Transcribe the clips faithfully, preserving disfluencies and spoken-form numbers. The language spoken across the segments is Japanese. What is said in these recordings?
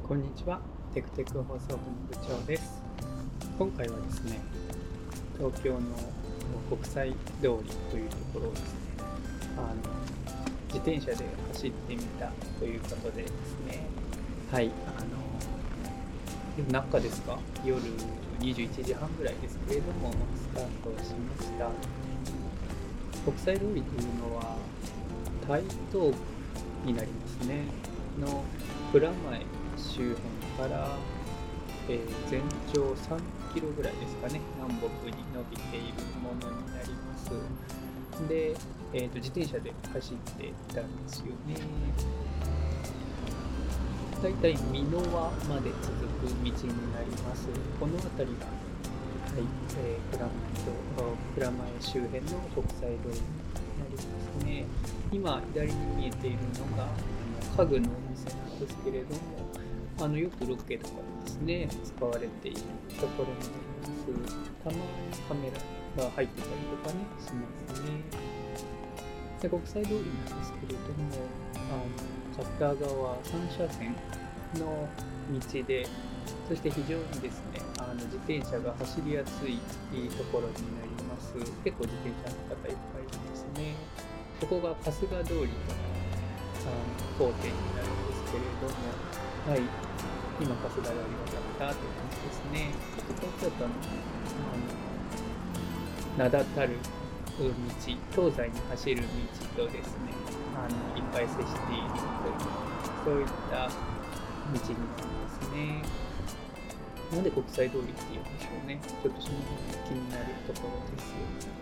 こんにちは、テクテク放送部の部長です。今回はですね、東京の国際通りというところをですね、あの自転車で走ってみたということでですね、はい、あの夜中ですか、夜にじゅういちじはんぐらいですけれども、スタートしました。国際通りというのは、台東区になりますね、の蔵前周辺から、えー、全長さんキロぐらいですかね、南北に伸びているものになります。で、えーと、自転車で走っていたんですよね。だいたい美濃輪まで続く道になります。この辺りが、はいえー、蔵前と蔵前周辺の国際通りになりますね。今左に見えているのが家具のお店なんですけれども、あのよくロケとかでですね使われているところになります。たまにカメラが入ってたりとかねしますね。で国際通りなんですけれども、あの片側さん車線の道で、そして非常にですねあの自転車が走りやすいところになります。結構自転車の方いっぱいいますね。ここが春日通りと当店になるんですけれども、はい、今春日通りが渡ったという感じですね。ちょっと東京都の、あの名だたる道、東西に走る道とですね、あのいっぱい接しているという、そういった道になりますね。なんで国際通りっていうんでしょうね。ちょっとその辺気になるところです。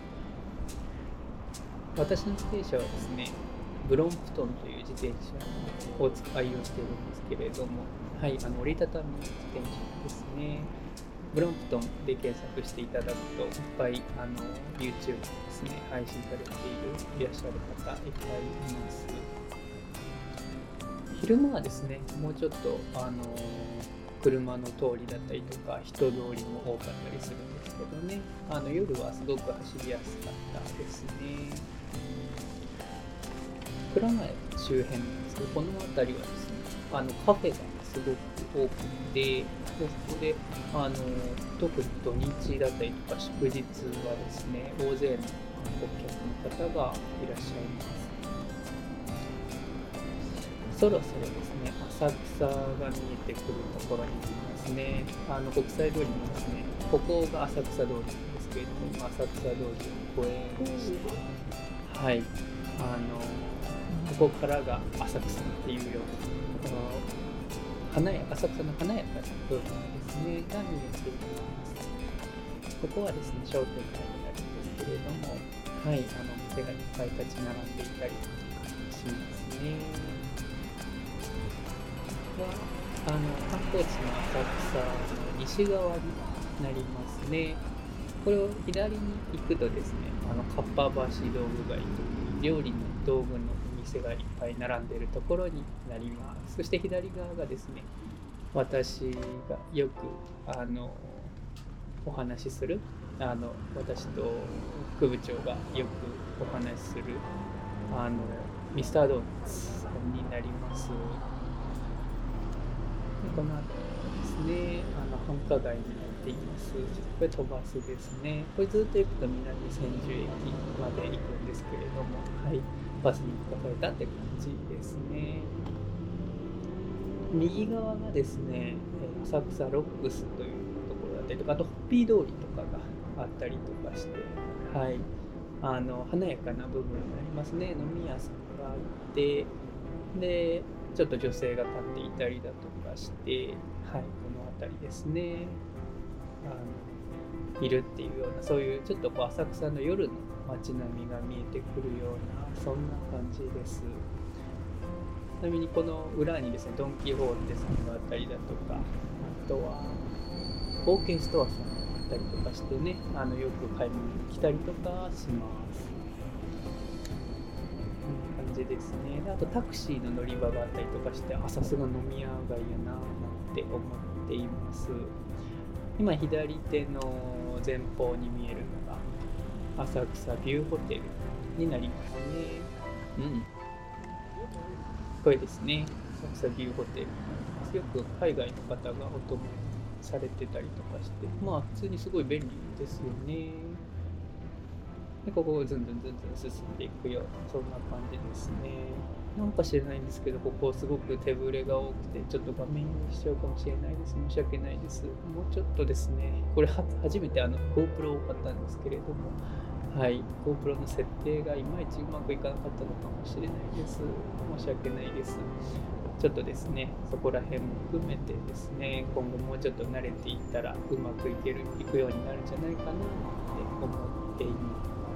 私の自転車はですね、ブロンプトンという自転車を愛用しているんですけれども、はい、あの折りたたみ自転車ですね。ブロンプトンで検索していただくと、いっぱいあの YouTube ですね、配信されている、いらっしゃる方、いっぱいいます。昼間はですね、もうちょっとあの車の通りだったりとか、人通りも多かったりするんですけどね、あの夜はすごく走りやすかったですね。蔵前周辺なんですけど、この辺りはですね、あのカフェがすごく多くて、そこであの特に土日だったりとか祝日はですね、大勢のお客の方がいらっしゃいます。そろそろですね、浅草が見えてくるところになりますね。あの国際通りもですね、ここが浅草通りなんですけれども、浅草通りを越えまして、はい、あのここからが浅草っていうような、華や浅草の華やかな部分ですねが見えています。ここはですね商店街になるんですけれども、はい、あの店がいっぱい立ち並んでいたりとかしますね。ここはあの観光地の浅草の西側になりますね。これを左に行くとですね、あのかっぱ橋道具街という料理の道具の店がいっぱい並んでいるところになります。そして左側がですね、私がよくあのお話しする、あの私と副部長がよくお話しするあのミスタードーナツさんになります。でこの後ですね、あの繁華街になっています。これ飛ばすですね。これずっと行くと南千住駅まで行くんですけれども、はい、バスに書かれたって感じですね。右側がですね、浅草ロックスというところだったりとか、あとホッピー通りとかがあったりとかして、はい、あの華やかな部分になりますね。飲み屋さんがあって、で、ちょっと女性が立っていたりだとかして、はい、この辺りですね、あのいるっていうような、そういうちょっとこう浅草の夜の街並みが見えてくるような、そんな感じです。ちなみにこの裏にですね、ドン・キホーテさんがあったりだとか、あとはオーケーストアさんがあったりとかしてね、あのよく買い物に来たりとかします。こんな感じですね。であとタクシーの乗り場があったりとかして、あ、さすが飲み屋街やななんて思っています。今左手の前方に見えるのが浅草ビューホテルになりますね。うん。これですね、浅草ビューホテルになります。 よく海外の方がお供されてたりとかして、まあ普通にすごい便利ですよね。でここをずんずんずんずん進んでいくような、そんな感じですね。なんか知れないんですけど、ここすごく手ぶれが多くて、ちょっと画面用意しちゃうかもしれないです。申し訳ないです。もうちょっとですね、これは初めてあの GoPro を買ったんですけれども、はい、GoPro の設定がいまいちうまくいかなかったのかもしれないです。申し訳ないです。ちょっとですね、そこら辺も含めてですね、今後もうちょっと慣れていったらうまくいける、いくようになるんじゃないかなって思っています。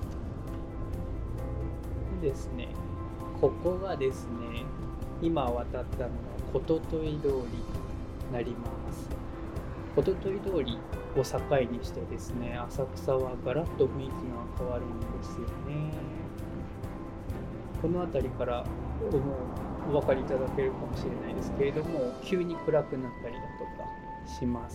でですね、ここがですね、今渡ったのがこととい通りになります。こととい通りを境にしてですね、浅草はガラッと雰囲気が変わるんですよね。この辺りからもうお分かりいただけるかもしれないですけれども、急に暗くなったりだとかします。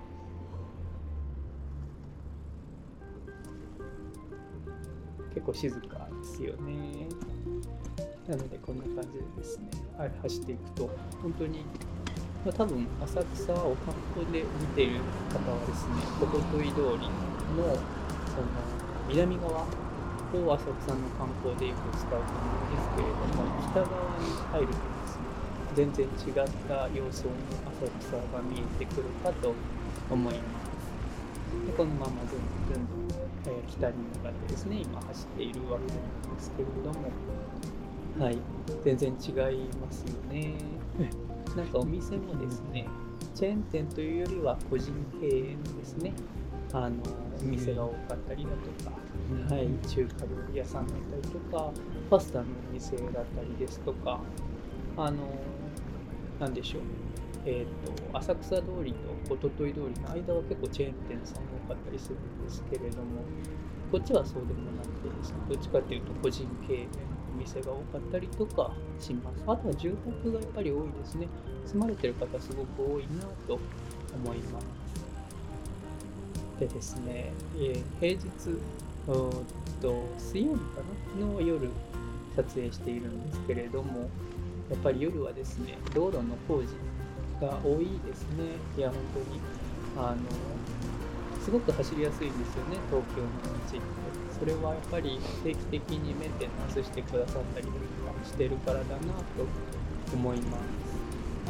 結構静かですよね。なのでこんな感じでですね、走っていくと本当に、まあ、多分浅草を観光で見ている方はですね、こととい通りのその南側を浅草の観光でよく使うと思うんですけれども、北側に入るとですね、全然違った様相の浅草が見えてくるかと思います。でこのままずんずんずん、えー、北に向かってですね、今走っているわけなんですけれども、はい、全然違いますよね。なんかお店もですね、チェーン店というよりは個人経営のですね、あのお店が多かったりだとか、はい、中華料理屋さんだったりとか、パスタのお店だったりですとか、あのなんでしょう、えーと、浅草通りとこととい通りの間は結構チェーン店さん多かったりするんですけれども、こっちはそうでもなくてですね、どっちかというと個人経営のお店が多かったりとかします。あとは住宅がやっぱり多いですね。住まれてる方すごく多いなと思います。でですね、えー、平日うと水曜日かなの夜撮影しているんですけれども、やっぱり夜はですね、道路の工事が多いですね。いや本当にあのすごく走りやすいんですよね、東京の街って。それはやっぱり定期的にメンテナンスしてくださったりとかしてるからだなと思います。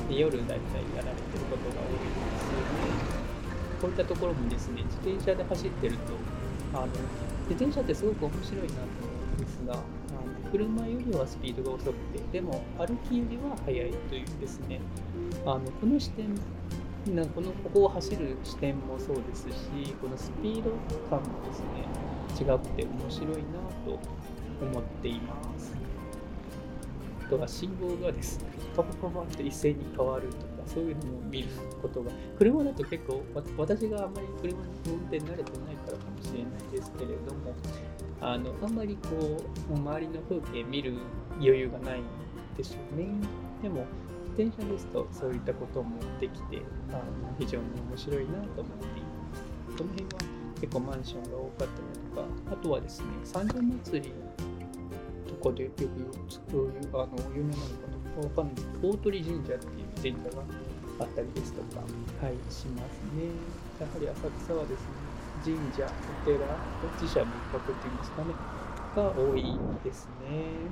で夜だいたいやられてることが多いですよね。こういったところもですね、自転車で走ってると、あの自転車ってすごく面白いなと思うんですが、あの車よりはスピードが遅くて、でも歩きよりは速いというですね、あのこの視点なこのここを走る視点もそうですし、このスピード感もですね、違くて面白いなと思っています。あとは信号がですね、パパパパって一斉に変わるとか、そういうのも見ることが、車だと結構、私があんまり車の運転慣れてないからかもしれないですけれども、あのあんまりこう周りの風景見る余裕がないんですよね。でも自転車ですとそういったこともできて、あの非常に面白いなと思っています。この辺は結構マンションが多かったりとか、あとはですね、三社祭りとかでよくそういうあの有名なのかなわかんないけど、大鳥神社っていう神社があったりですとか、はい、しますね。やはり浅草はですね、神社、お寺、寺社仏閣っていうんですかね、が多いですね。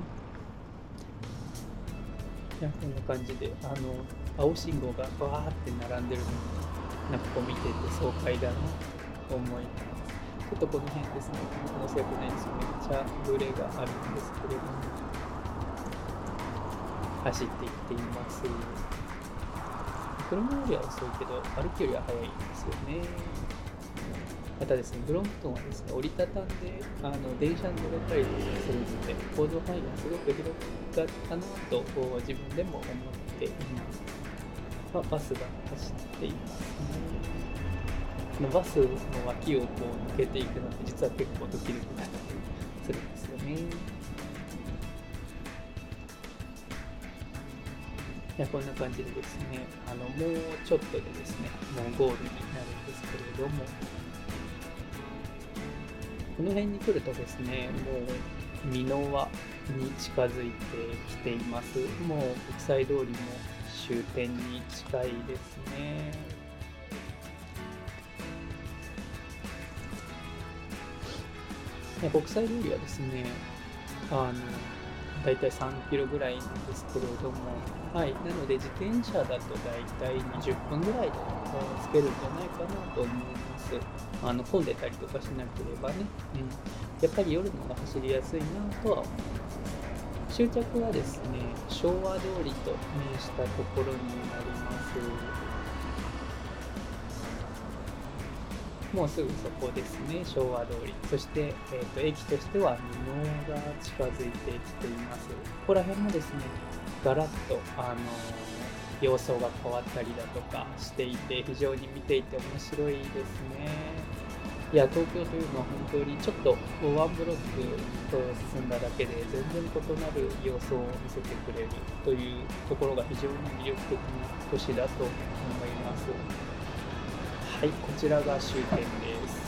いやこんな感じで、あの青信号がバーって並んでるのに、なんかこう見てて爽快だなと思います。ちょっとこの辺ですね、申し訳ないです。めっちゃブレがあるんですけれども、走っていっています。車よりは遅いけど、歩きよりは速いんですよね。またですね、ブロンプトンはですね、折りたたんであの電車に乗れたりするので、行動範囲がすごく広かったなと自分でも思っています。まあ、バスが走っていますね。このバスの脇をこう抜けていくので、実は結構ドキドキだったりするんですよね。いやこんな感じでですね、あのもうちょっとでですね、もうゴールになるんですけれども、この辺に来るとですね、もう美濃輪に近づいてきています。もう国際通りも終点に近いですね。国際通りはですね、あのだいたいさんキロぐらいなんですけれども、はい、なので自転車だとだいたいにじゅっぷんぐらいでつけるんじゃないかなと思います。あの混んでたりとかしなければね、うん、やっぱり夜の方が走りやすいなとは思います。終着はですね、昭和通りと面したところになります。もうすぐそこですね、昭和通り。そして、えーと、駅としては美濃が近づいてきています。ここら辺もですね、ガラッと、あのー、様相が変わったりだとかしていて、非常に見ていて面白いですね。いや、東京というのは本当にちょっとワンブロック進んだだけで全然異なる様相を見せてくれるというところが非常に魅力的な都市だと思います。はい、こちらが終点です。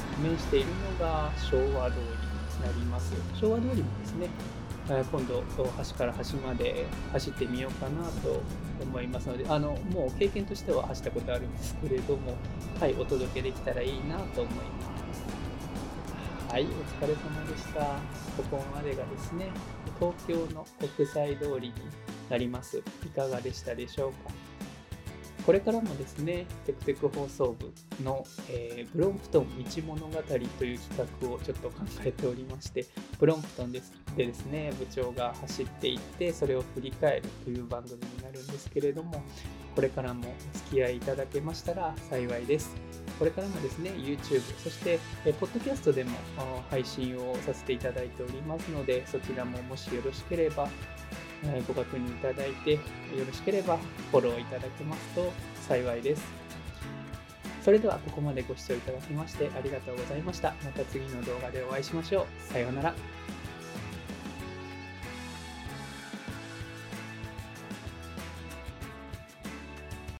面しているのが昭和通りになります。昭和通りもですね、今度端から端まで走ってみようかなと思いますので、あのもう経験としては走ったことあるんですけれども、はい、お届けできたらいいなと思います。はい、お疲れ様でした。ここまでがですね、東京の国際通りになります。いかがでしたでしょうか。これからもですね、テクテク放送部の、えー、ブロンプトン道物語という企画をちょっと考えておりまして、ブロンプトンですでですね、部長が走っていって、それを振り返るという番組になるんですけれども、これからもお付き合いいただけましたら幸いです。これからもですね、YouTube、そして、えー、ポッドキャストでも配信をさせていただいておりますので、そちらももしよろしければ、ご確認いただいて、よろしければフォローいただけますと幸いです。それではここまでご視聴いただきましてありがとうございました。また次の動画でお会いしましょう。さようなら。